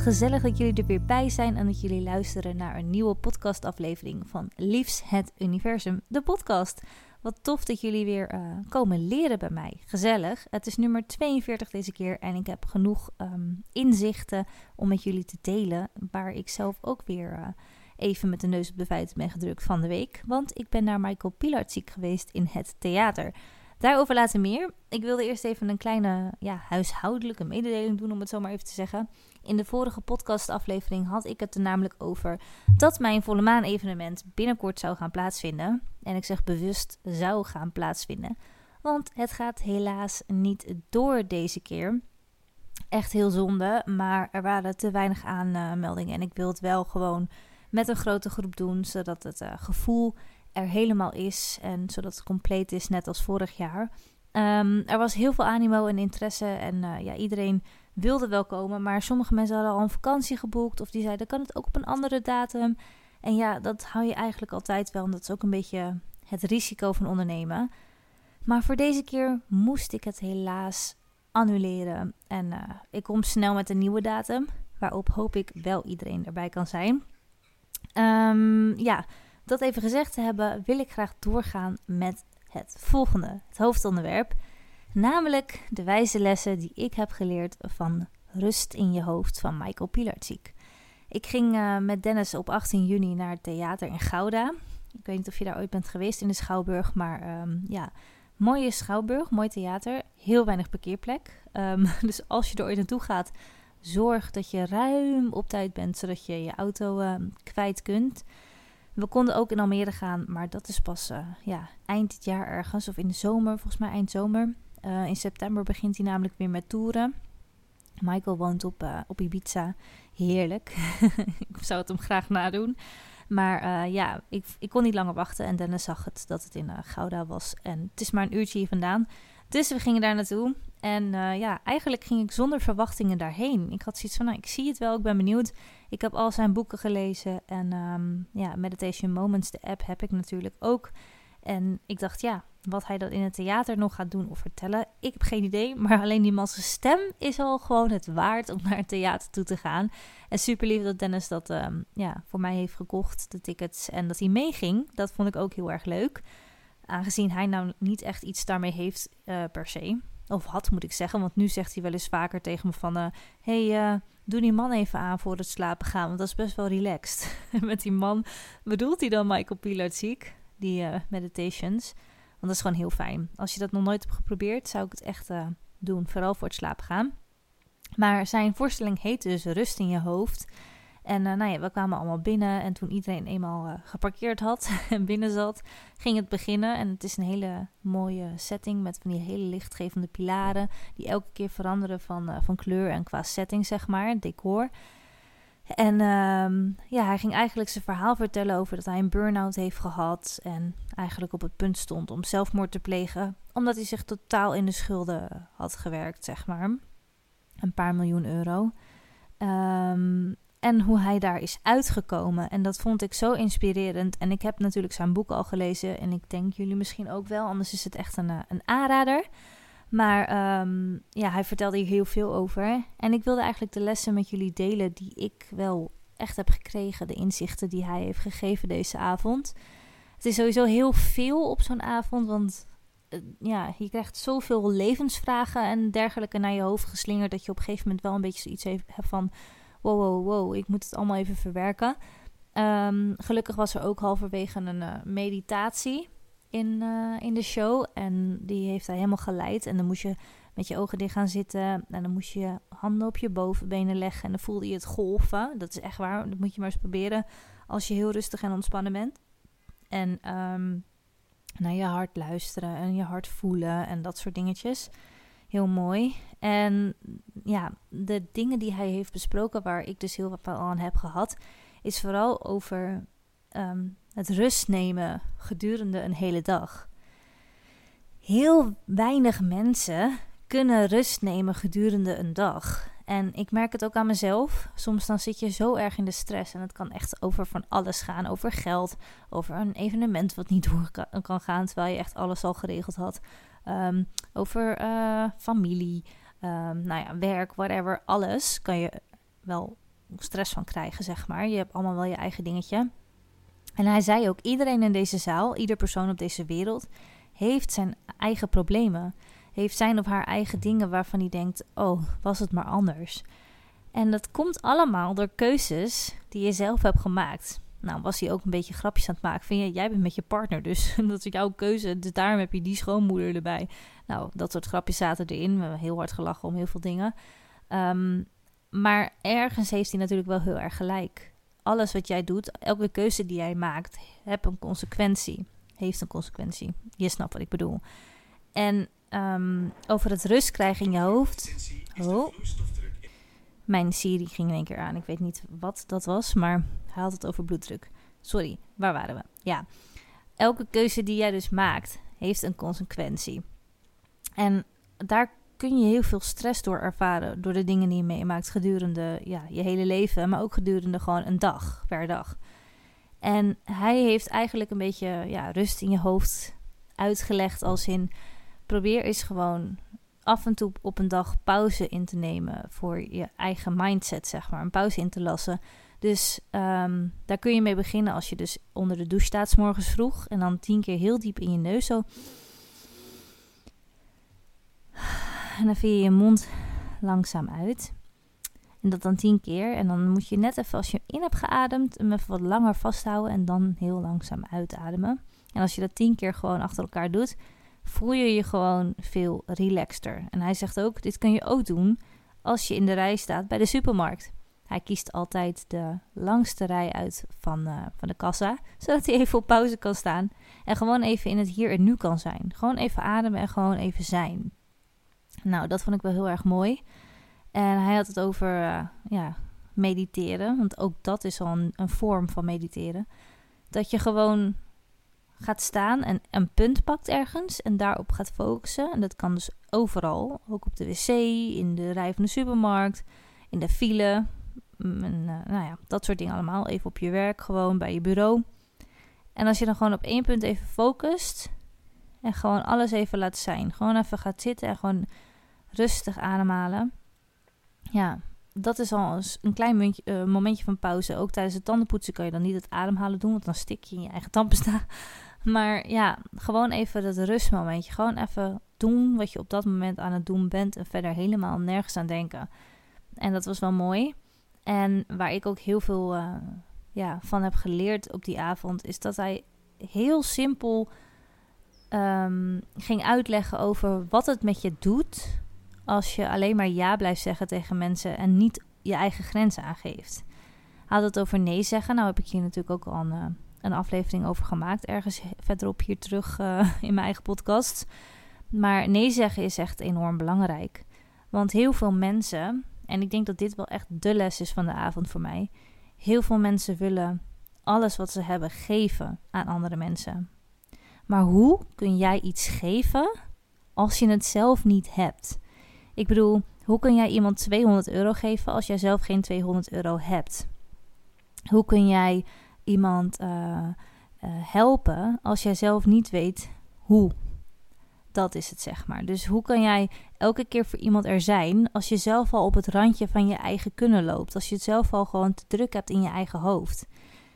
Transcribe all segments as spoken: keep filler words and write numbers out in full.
gezellig dat jullie er weer bij zijn en dat jullie luisteren naar een nieuwe podcastaflevering van Liefs het Universum, de podcast. Wat tof dat jullie weer uh, komen leren bij mij. Gezellig. Het is nummer tweeënveertig deze keer en ik heb genoeg um, inzichten om met jullie te delen, waar ik zelf ook weer uh, even met de neus op de feiten ben gedrukt van de week. Want ik ben naar Michael Pilarczyk geweest in het theater. Daarover later meer. Ik wilde eerst even een kleine ja, huishoudelijke mededeling doen, om het zo maar even te zeggen. In de vorige podcastaflevering had ik het er namelijk over dat mijn volle maan evenement binnenkort zou gaan plaatsvinden. En ik zeg bewust zou gaan plaatsvinden, want het gaat helaas niet door deze keer. Echt heel zonde, maar er waren te weinig aanmeldingen en ik wil het wel gewoon met een grote groep doen, zodat het uh, gevoel er helemaal is en zodat het compleet is, net als vorig jaar. Um, er was heel veel animo en interesse en uh, ja, iedereen wilde wel komen, maar sommige mensen hadden al een vakantie geboekt of die zeiden, kan het ook op een andere datum? En ja, dat hou je eigenlijk altijd wel en dat is ook een beetje het risico van ondernemen. Maar voor deze keer moest ik het helaas annuleren en uh, ik kom snel met een nieuwe datum, waarop hoop ik wel iedereen erbij kan zijn. Um, ja, dat even gezegd te hebben, wil ik graag doorgaan met het volgende, het hoofdonderwerp. Namelijk de wijze lessen die ik heb geleerd van Rust in je hoofd van Michael Pilarczyk. Ik ging uh, met Dennis op achttien juni naar het theater in Gouda. Ik weet niet of je daar ooit bent geweest in de Schouwburg, maar um, ja, mooie Schouwburg, mooi theater, heel weinig parkeerplek. Um, dus als je er ooit naartoe gaat, zorg dat je ruim op tijd bent, zodat je je auto uh, kwijt kunt. We konden ook in Almere gaan, maar dat is pas uh, ja, eind dit jaar ergens. Of in de zomer, volgens mij eind zomer. Uh, in september begint hij namelijk weer met toeren. Michael woont op, uh, op Ibiza. Heerlijk. Ik zou het hem graag nadoen. Maar uh, ja, ik, ik kon niet langer wachten. En Dennis zag het dat het in uh, Gouda was. En het is maar een uurtje hier vandaan. Dus we gingen daar naartoe. En uh, ja, eigenlijk ging ik zonder verwachtingen daarheen. Ik had zoiets van, nou, ik zie het wel, ik ben benieuwd. Ik heb al zijn boeken gelezen. En um, ja, Meditation Moments, de app, heb ik natuurlijk ook. En ik dacht, ja, wat hij dan in het theater nog gaat doen of vertellen, ik heb geen idee. Maar alleen die man's stem is al gewoon het waard om naar het theater toe te gaan. En super lief dat Dennis dat um, ja, voor mij heeft gekocht, de tickets. En dat hij meeging, dat vond ik ook heel erg leuk. Aangezien hij nou niet echt iets daarmee heeft uh, per se. Of had, moet ik zeggen. Want nu zegt hij wel eens vaker tegen me van, Uh, hey, uh, doe die man even aan voor het slapen gaan. Want dat is best wel relaxed. Met die man bedoelt hij dan Michael Pilarczyk. Die uh, meditations. Want dat is gewoon heel fijn. Als je dat nog nooit hebt geprobeerd, zou ik het echt uh, doen. Vooral voor het slapen gaan. Maar zijn voorstelling heet dus Rust in je hoofd. En uh, nou ja, we kwamen allemaal binnen en toen iedereen eenmaal uh, geparkeerd had en binnen zat, ging het beginnen. En het is een hele mooie setting met van die hele lichtgevende pilaren die elke keer veranderen van, uh, van kleur en qua setting, zeg maar, decor. En um, ja, hij ging eigenlijk zijn verhaal vertellen over dat hij een burn-out heeft gehad en eigenlijk op het punt stond om zelfmoord te plegen, omdat hij zich totaal in de schulden had gewerkt, zeg maar. Een paar miljoen euro. Um, En hoe hij daar is uitgekomen. En dat vond ik zo inspirerend. En ik heb natuurlijk zijn boek al gelezen. En ik denk jullie misschien ook wel. Anders is het echt een, een aanrader. Maar um, ja, hij vertelde hier heel veel over. En ik wilde eigenlijk de lessen met jullie delen die ik wel echt heb gekregen. De inzichten die hij heeft gegeven deze avond. Het is sowieso heel veel op zo'n avond. Want uh, ja, je krijgt zoveel levensvragen en dergelijke naar je hoofd geslingerd. Dat je op een gegeven moment wel een beetje zoiets hebt van, Wow, wow, wow, ik moet het allemaal even verwerken. Um, gelukkig was er ook halverwege een uh, meditatie in, uh, in de show. En die heeft hij helemaal geleid. En dan moest je met je ogen dicht gaan zitten. En dan moest je je handen op je bovenbenen leggen. En dan voelde je het golven. Dat is echt waar. Dat moet je maar eens proberen als je heel rustig en ontspannen bent. En um, naar je hart luisteren en je hart voelen en dat soort dingetjes. Heel mooi. En ja, de dingen die hij heeft besproken, waar ik dus heel veel aan heb gehad, is vooral over um, het rust nemen gedurende een hele dag. Heel weinig mensen kunnen rust nemen gedurende een dag. En ik merk het ook aan mezelf. Soms dan zit je zo erg in de stress. En het kan echt over van alles gaan. Over geld. Over een evenement wat niet door kan gaan. Terwijl je echt alles al geregeld had. Um, over uh, familie. Um, nou ja, werk, whatever. Alles kan je wel stress van krijgen, zeg maar. Je hebt allemaal wel je eigen dingetje. En hij zei ook, iedereen in deze zaal, ieder persoon op deze wereld, heeft zijn eigen problemen. Heeft zijn of haar eigen dingen waarvan hij denkt, oh, was het maar anders. En dat komt allemaal door keuzes die je zelf hebt gemaakt. Nou, was hij ook een beetje grapjes aan het maken. Van, ja, jij bent met je partner, dus dat is jouw keuze. Dus daarom heb je die schoonmoeder erbij. Nou, dat soort grapjes zaten erin. We hebben heel hard gelachen om heel veel dingen. Um, maar ergens heeft hij natuurlijk wel heel erg gelijk. Alles wat jij doet, elke keuze die jij maakt, heeft een consequentie. Heeft een consequentie. Je snapt wat ik bedoel. En um, over het rust krijgen in je hoofd. Oh. Mijn Siri ging in één keer aan. Ik weet niet wat dat was, maar hij had het over bloeddruk. Sorry, waar waren we? Ja, elke keuze die jij dus maakt, heeft een consequentie. En daar kun je heel veel stress door ervaren, door de dingen die je meemaakt gedurende ja, je hele leven, maar ook gedurende gewoon een dag, per dag. En hij heeft eigenlijk een beetje ja, rust in je hoofd uitgelegd als in, probeer eens gewoon af en toe op een dag pauze in te nemen voor je eigen mindset, zeg maar. Een pauze in te lassen. Dus um, daar kun je mee beginnen als je dus onder de douche staat 's morgens vroeg. En dan tien keer heel diep in je neus zo. En dan via je mond langzaam uit. En dat dan tien keer. En dan moet je net even, als je in hebt geademd, hem even wat langer vasthouden. En dan heel langzaam uitademen. En als je dat tien keer gewoon achter elkaar doet, voel je je gewoon veel relaxter. En hij zegt ook, dit kun je ook doen als je in de rij staat bij de supermarkt. Hij kiest altijd de langste rij uit van, uh, van de kassa, zodat hij even op pauze kan staan en gewoon even in het hier en nu kan zijn. Gewoon even ademen en gewoon even zijn. Nou, dat vond ik wel heel erg mooi. En hij had het over uh, ja, mediteren, want ook dat is al een, een vorm van mediteren. Dat je gewoon gaat staan en een punt pakt ergens en daarop gaat focussen. En dat kan dus overal, ook op de wc, in de rij van de supermarkt, in de file, en, uh, nou ja, dat soort dingen allemaal. Even op je werk, gewoon bij je bureau. En als je dan gewoon op één punt even focust en gewoon alles even laat zijn. Gewoon even gaat zitten en gewoon rustig ademhalen. Ja, dat is al een klein muntje, uh, momentje van pauze. Ook tijdens het tandenpoetsen kan je dan niet het ademhalen doen, want dan stik je in je eigen tandpasta. Maar ja, gewoon even dat rustmomentje. Gewoon even doen wat je op dat moment aan het doen bent en verder helemaal nergens aan denken. En dat was wel mooi. En waar ik ook heel veel uh, ja, van heb geleerd op die avond, is dat hij heel simpel um, ging uitleggen over wat het met je doet als je alleen maar ja blijft zeggen tegen mensen en niet je eigen grenzen aangeeft. Hij had het over nee zeggen. Nou heb ik hier natuurlijk ook al een, uh, een aflevering over gemaakt. Ergens verderop hier terug uh, in mijn eigen podcast. Maar nee zeggen is echt enorm belangrijk. Want heel veel mensen, en ik denk dat dit wel echt de les is van de avond voor mij. Heel veel mensen willen alles wat ze hebben geven aan andere mensen. Maar hoe kun jij iets geven als je het zelf niet hebt? Ik bedoel, hoe kun jij iemand tweehonderd euro geven als jij zelf geen tweehonderd euro hebt? Hoe kun jij iemand uh, uh, helpen als jij zelf niet weet hoe? Dat is het, zeg maar. Dus hoe kan jij elke keer voor iemand er zijn als je zelf al op het randje van je eigen kunnen loopt? Als je het zelf al gewoon te druk hebt in je eigen hoofd.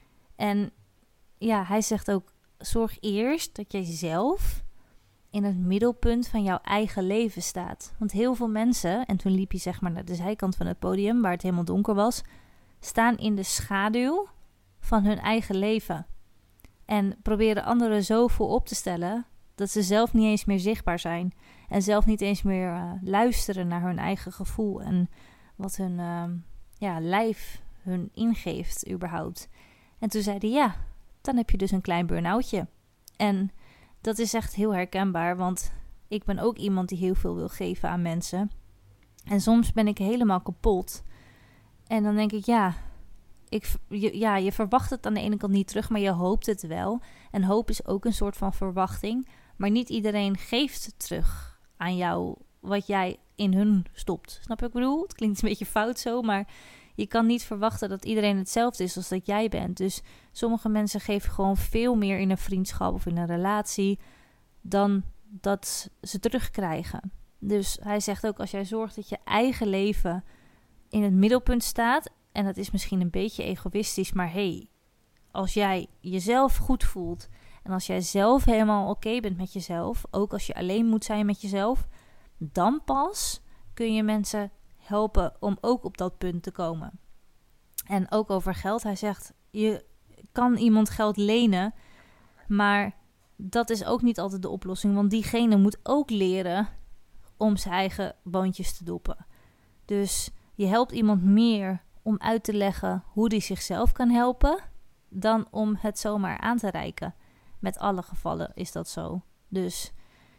En ja, hij zegt ook, zorg eerst dat jij zelf in het middelpunt van jouw eigen leven staat. Want heel veel mensen, en toen liep hij zeg maar naar de zijkant van het podium, waar het helemaal donker was, staan in de schaduw van hun eigen leven. En proberen anderen zo voorop te stellen dat ze zelf niet eens meer zichtbaar zijn. En zelf niet eens meer uh, luisteren naar hun eigen gevoel. En wat hun uh, ja, lijf hun ingeeft überhaupt. En toen zei hij, ja, dan heb je dus een klein burn-outje. En dat is echt heel herkenbaar. Want ik ben ook iemand die heel veel wil geven aan mensen. En soms ben ik helemaal kapot. En dan denk ik, ja, ik, je, ja, je verwacht het aan de ene kant niet terug, maar je hoopt het wel. En hoop is ook een soort van verwachting. Maar niet iedereen geeft terug aan jou wat jij in hun stopt. Snap je wat ik bedoel? Het klinkt een beetje fout zo, maar je kan niet verwachten dat iedereen hetzelfde is als dat jij bent. Dus sommige mensen geven gewoon veel meer in een vriendschap of in een relatie dan dat ze terugkrijgen. Dus hij zegt ook, als jij zorgt dat je eigen leven in het middelpunt staat En dat is misschien een beetje egoïstisch, maar hey, als jij jezelf goed voelt en als jij zelf helemaal oké bent met jezelf, ook als je alleen moet zijn met jezelf, dan pas kun je mensen helpen om ook op dat punt te komen. En ook over geld. Hij zegt, je kan iemand geld lenen, maar dat is ook niet altijd de oplossing. Want diegene moet ook leren om zijn eigen boontjes te doppen. Dus je helpt iemand meer om uit te leggen hoe die zichzelf kan helpen, dan om het zomaar aan te reiken. Met alle gevallen is dat zo. Dus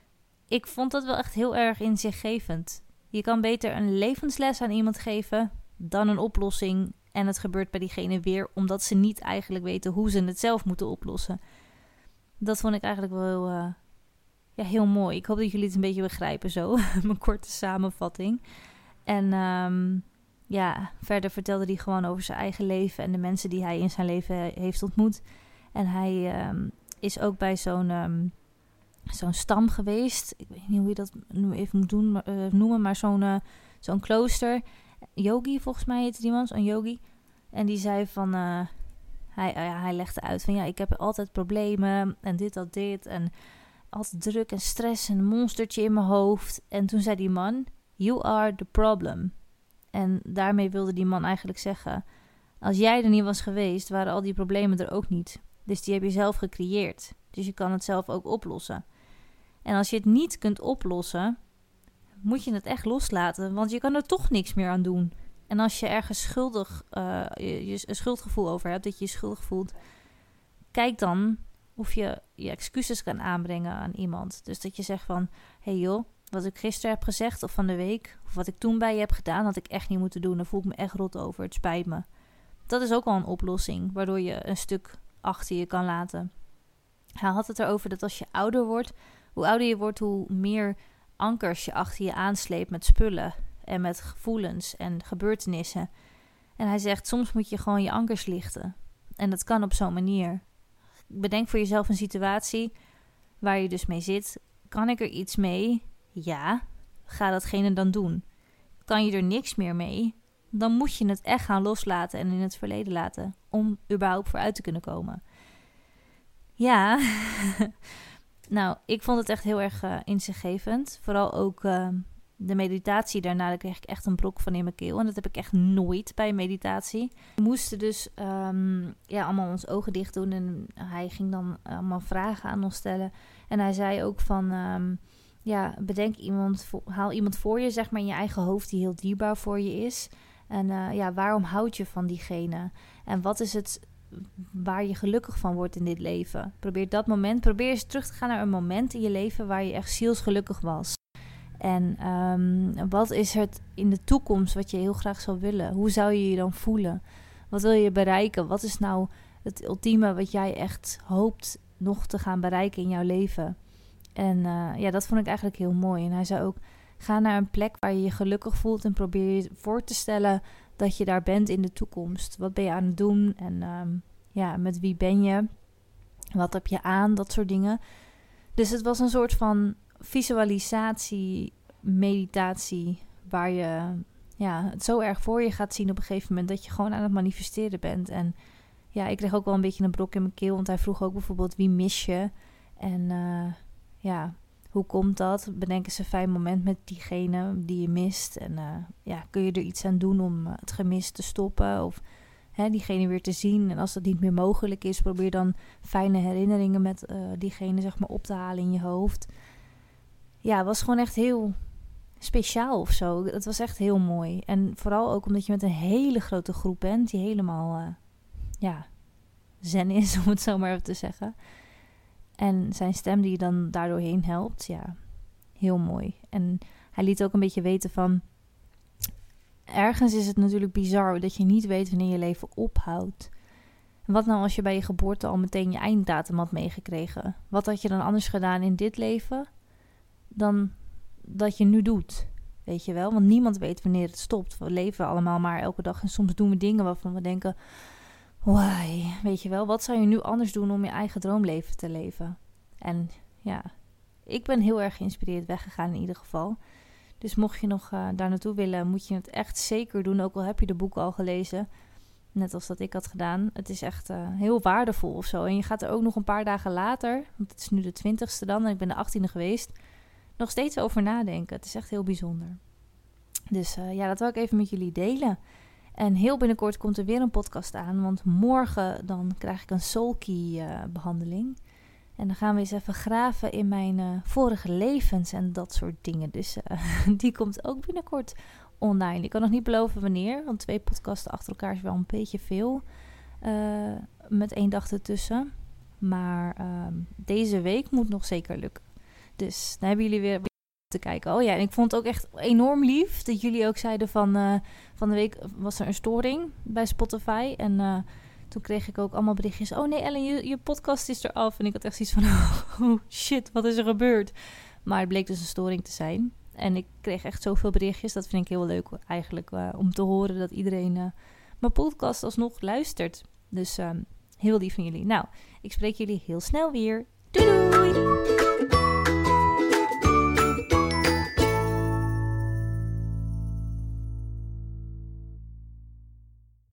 ik vond dat wel echt heel erg inzichtgevend. Je kan beter een levensles aan iemand geven dan een oplossing. En het gebeurt bij diegene weer omdat ze niet eigenlijk weten hoe ze het zelf moeten oplossen. Dat vond ik eigenlijk wel heel, uh, ja, heel mooi. Ik hoop dat jullie het een beetje begrijpen zo. Mijn korte samenvatting. En um, ja, verder vertelde hij gewoon over zijn eigen leven en de mensen die hij in zijn leven heeft ontmoet. En hij um, is ook bij zo'n, um, zo'n stam geweest. Ik weet niet hoe je dat even moet doen, uh, noemen, maar zo'n, uh, zo'n klooster. Yogi, volgens mij heette die man, zo'n yogi. En die zei van, uh, hij, uh, hij legde uit van ja, ik heb altijd problemen en dit, dat, dit. En altijd druk en stress en een monstertje in mijn hoofd. En toen zei die man, you are the problem. En daarmee wilde die man eigenlijk zeggen, als jij er niet was geweest, waren al die problemen er ook niet. Dus die heb je zelf gecreëerd. Dus je kan het zelf ook oplossen. En als je het niet kunt oplossen, moet je het echt loslaten. Want je kan er toch niks meer aan doen. En als je ergens schuldig, uh, je, je een schuldgevoel over hebt, dat je je schuldig voelt, kijk dan of je je excuses kan aanbrengen aan iemand. Dus dat je zegt van, hé hey joh, wat ik gisteren heb gezegd of van de week, of wat ik toen bij je heb gedaan, had ik echt niet moeten doen. Daar voel ik me echt rot over, het spijt me. Dat is ook al een oplossing, waardoor je een stuk achter je kan laten. Hij had het erover dat als je ouder wordt, hoe ouder je wordt, hoe meer ankers je achter je aansleept met spullen en met gevoelens en gebeurtenissen. En hij zegt, soms moet je gewoon je ankers lichten. En dat kan op zo'n manier. Bedenk voor jezelf een situatie waar je dus mee zit. Kan ik er iets mee? Ja. Ga datgene dan doen. Kan je er niks meer mee? Dan moet je het echt gaan loslaten en in het verleden laten. Om überhaupt vooruit te kunnen komen. Ja. Nou, ik vond het echt heel erg uh, inzichtgevend. Vooral ook uh, de meditatie daarna. Daar kreeg ik echt een brok van in mijn keel. En dat heb ik echt nooit bij meditatie. We moesten dus um, ja, allemaal ons ogen dicht doen. En hij ging dan allemaal vragen aan ons stellen. En hij zei ook van, Um, ja, bedenk iemand, haal iemand voor je, zeg maar, in je eigen hoofd die heel dierbaar voor je is. En uh, ja, waarom houd je van diegene? En wat is het waar je gelukkig van wordt in dit leven? Probeer dat moment, probeer eens terug te gaan naar een moment in je leven waar je echt zielsgelukkig was. En um, wat is het in de toekomst wat je heel graag zou willen? Hoe zou je je dan voelen? Wat wil je bereiken? Wat is nou het ultieme wat jij echt hoopt nog te gaan bereiken in jouw leven? En uh, ja, dat vond ik eigenlijk heel mooi. En hij zei ook, ga naar een plek waar je je gelukkig voelt en probeer je voor te stellen dat je daar bent in de toekomst. Wat ben je aan het doen? En um, ja, met wie ben je? Wat heb je aan? Dat soort dingen. Dus het was een soort van visualisatie, meditatie, waar je ja, het zo erg voor je gaat zien op een gegeven moment dat je gewoon aan het manifesteren bent. En ja, ik kreeg ook wel een beetje een brok in mijn keel, want hij vroeg ook bijvoorbeeld, wie mis je? En uh, ja, hoe komt dat? Bedenk eens een fijn moment met diegene die je mist. En uh, ja, kun je er iets aan doen om uh, het gemis te stoppen? Of hè, diegene weer te zien. En als dat niet meer mogelijk is, probeer dan fijne herinneringen met uh, diegene, zeg maar, op te halen in je hoofd. Ja, het was gewoon echt heel speciaal of zo. Het was echt heel mooi. En vooral ook omdat je met een hele grote groep bent, die helemaal uh, ja, zen is, om het zo maar even te zeggen. En zijn stem die je dan daardoorheen helpt, ja, heel mooi. En hij liet ook een beetje weten van, ergens is het natuurlijk bizar dat je niet weet wanneer je leven ophoudt. En wat nou als je bij je geboorte al meteen je einddatum had meegekregen? Wat had je dan anders gedaan in dit leven dan dat je nu doet? Weet je wel? Want niemand weet wanneer het stopt. We leven allemaal maar elke dag en soms doen we dingen waarvan we denken, why? Weet je wel, wat zou je nu anders doen om je eigen droomleven te leven? En ja, ik ben heel erg geïnspireerd weggegaan in ieder geval. Dus mocht je nog uh, daar naartoe willen, moet je het echt zeker doen. Ook al heb je de boeken al gelezen. Net als dat ik had gedaan. Het is echt uh, heel waardevol of zo. En je gaat er ook nog een paar dagen later, want het is nu de twintigste dan en ik ben de achttiende geweest, nog steeds over nadenken. Het is echt heel bijzonder. Dus uh, ja, dat wil ik even met jullie delen. En heel binnenkort komt er weer een podcast aan, want morgen dan krijg ik een Soulkey uh, behandeling. En dan gaan we eens even graven in mijn uh, vorige levens en dat soort dingen. Dus uh, die komt ook binnenkort online. Ik kan nog niet beloven wanneer, want twee podcasten achter elkaar is wel een beetje veel. Uh, met één dag ertussen. Maar uh, deze week moet nog zeker lukken. Dus dan hebben jullie weer te kijken. Oh ja, en ik vond het ook echt enorm lief dat jullie ook zeiden van... Uh, van de week was er een storing bij Spotify. En uh, toen kreeg ik ook allemaal berichtjes. Oh nee Ellen, je, je podcast is eraf. En ik had echt zoiets van... Oh shit, wat is er gebeurd? Maar het bleek dus een storing te zijn. En ik kreeg echt zoveel berichtjes. Dat vind ik heel leuk eigenlijk. Uh, om te horen dat iedereen uh, mijn podcast alsnog luistert. Dus um, heel lief van jullie. Nou, ik spreek jullie heel snel weer. Doei doei!